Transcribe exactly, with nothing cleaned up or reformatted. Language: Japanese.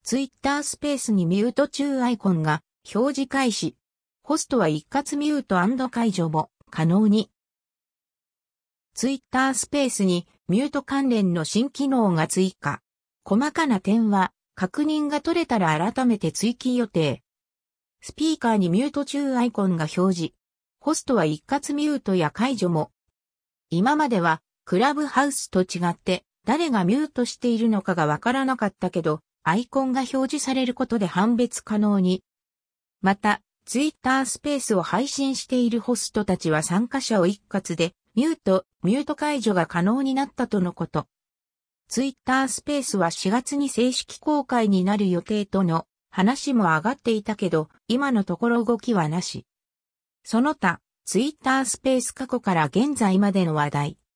ツイッタースペースにミュート中アイコンが表示開始。ホストは一括ミュート&解除も可能に。ツイッタースペースにミュート関連の新機能が追加。細かな点は確認が取れたら改めて追記予定。スピーカーにミュート中アイコンが表示。ホストは一括ミュートや解除も。今まではクラブハウスと違って誰がミュートしているのかがわからなかったけど、アイコンが表示されることで判別可能に。また、ツイッタースペースを配信しているホストたちは参加者を一括でミュート、ミュート解除が可能になったとのこと。ツイッタースペースはしがつに正式公開になる予定との話も上がっていたけど、今のところ動きはなし。その他、ツイッタースペース過去から現在までの話題。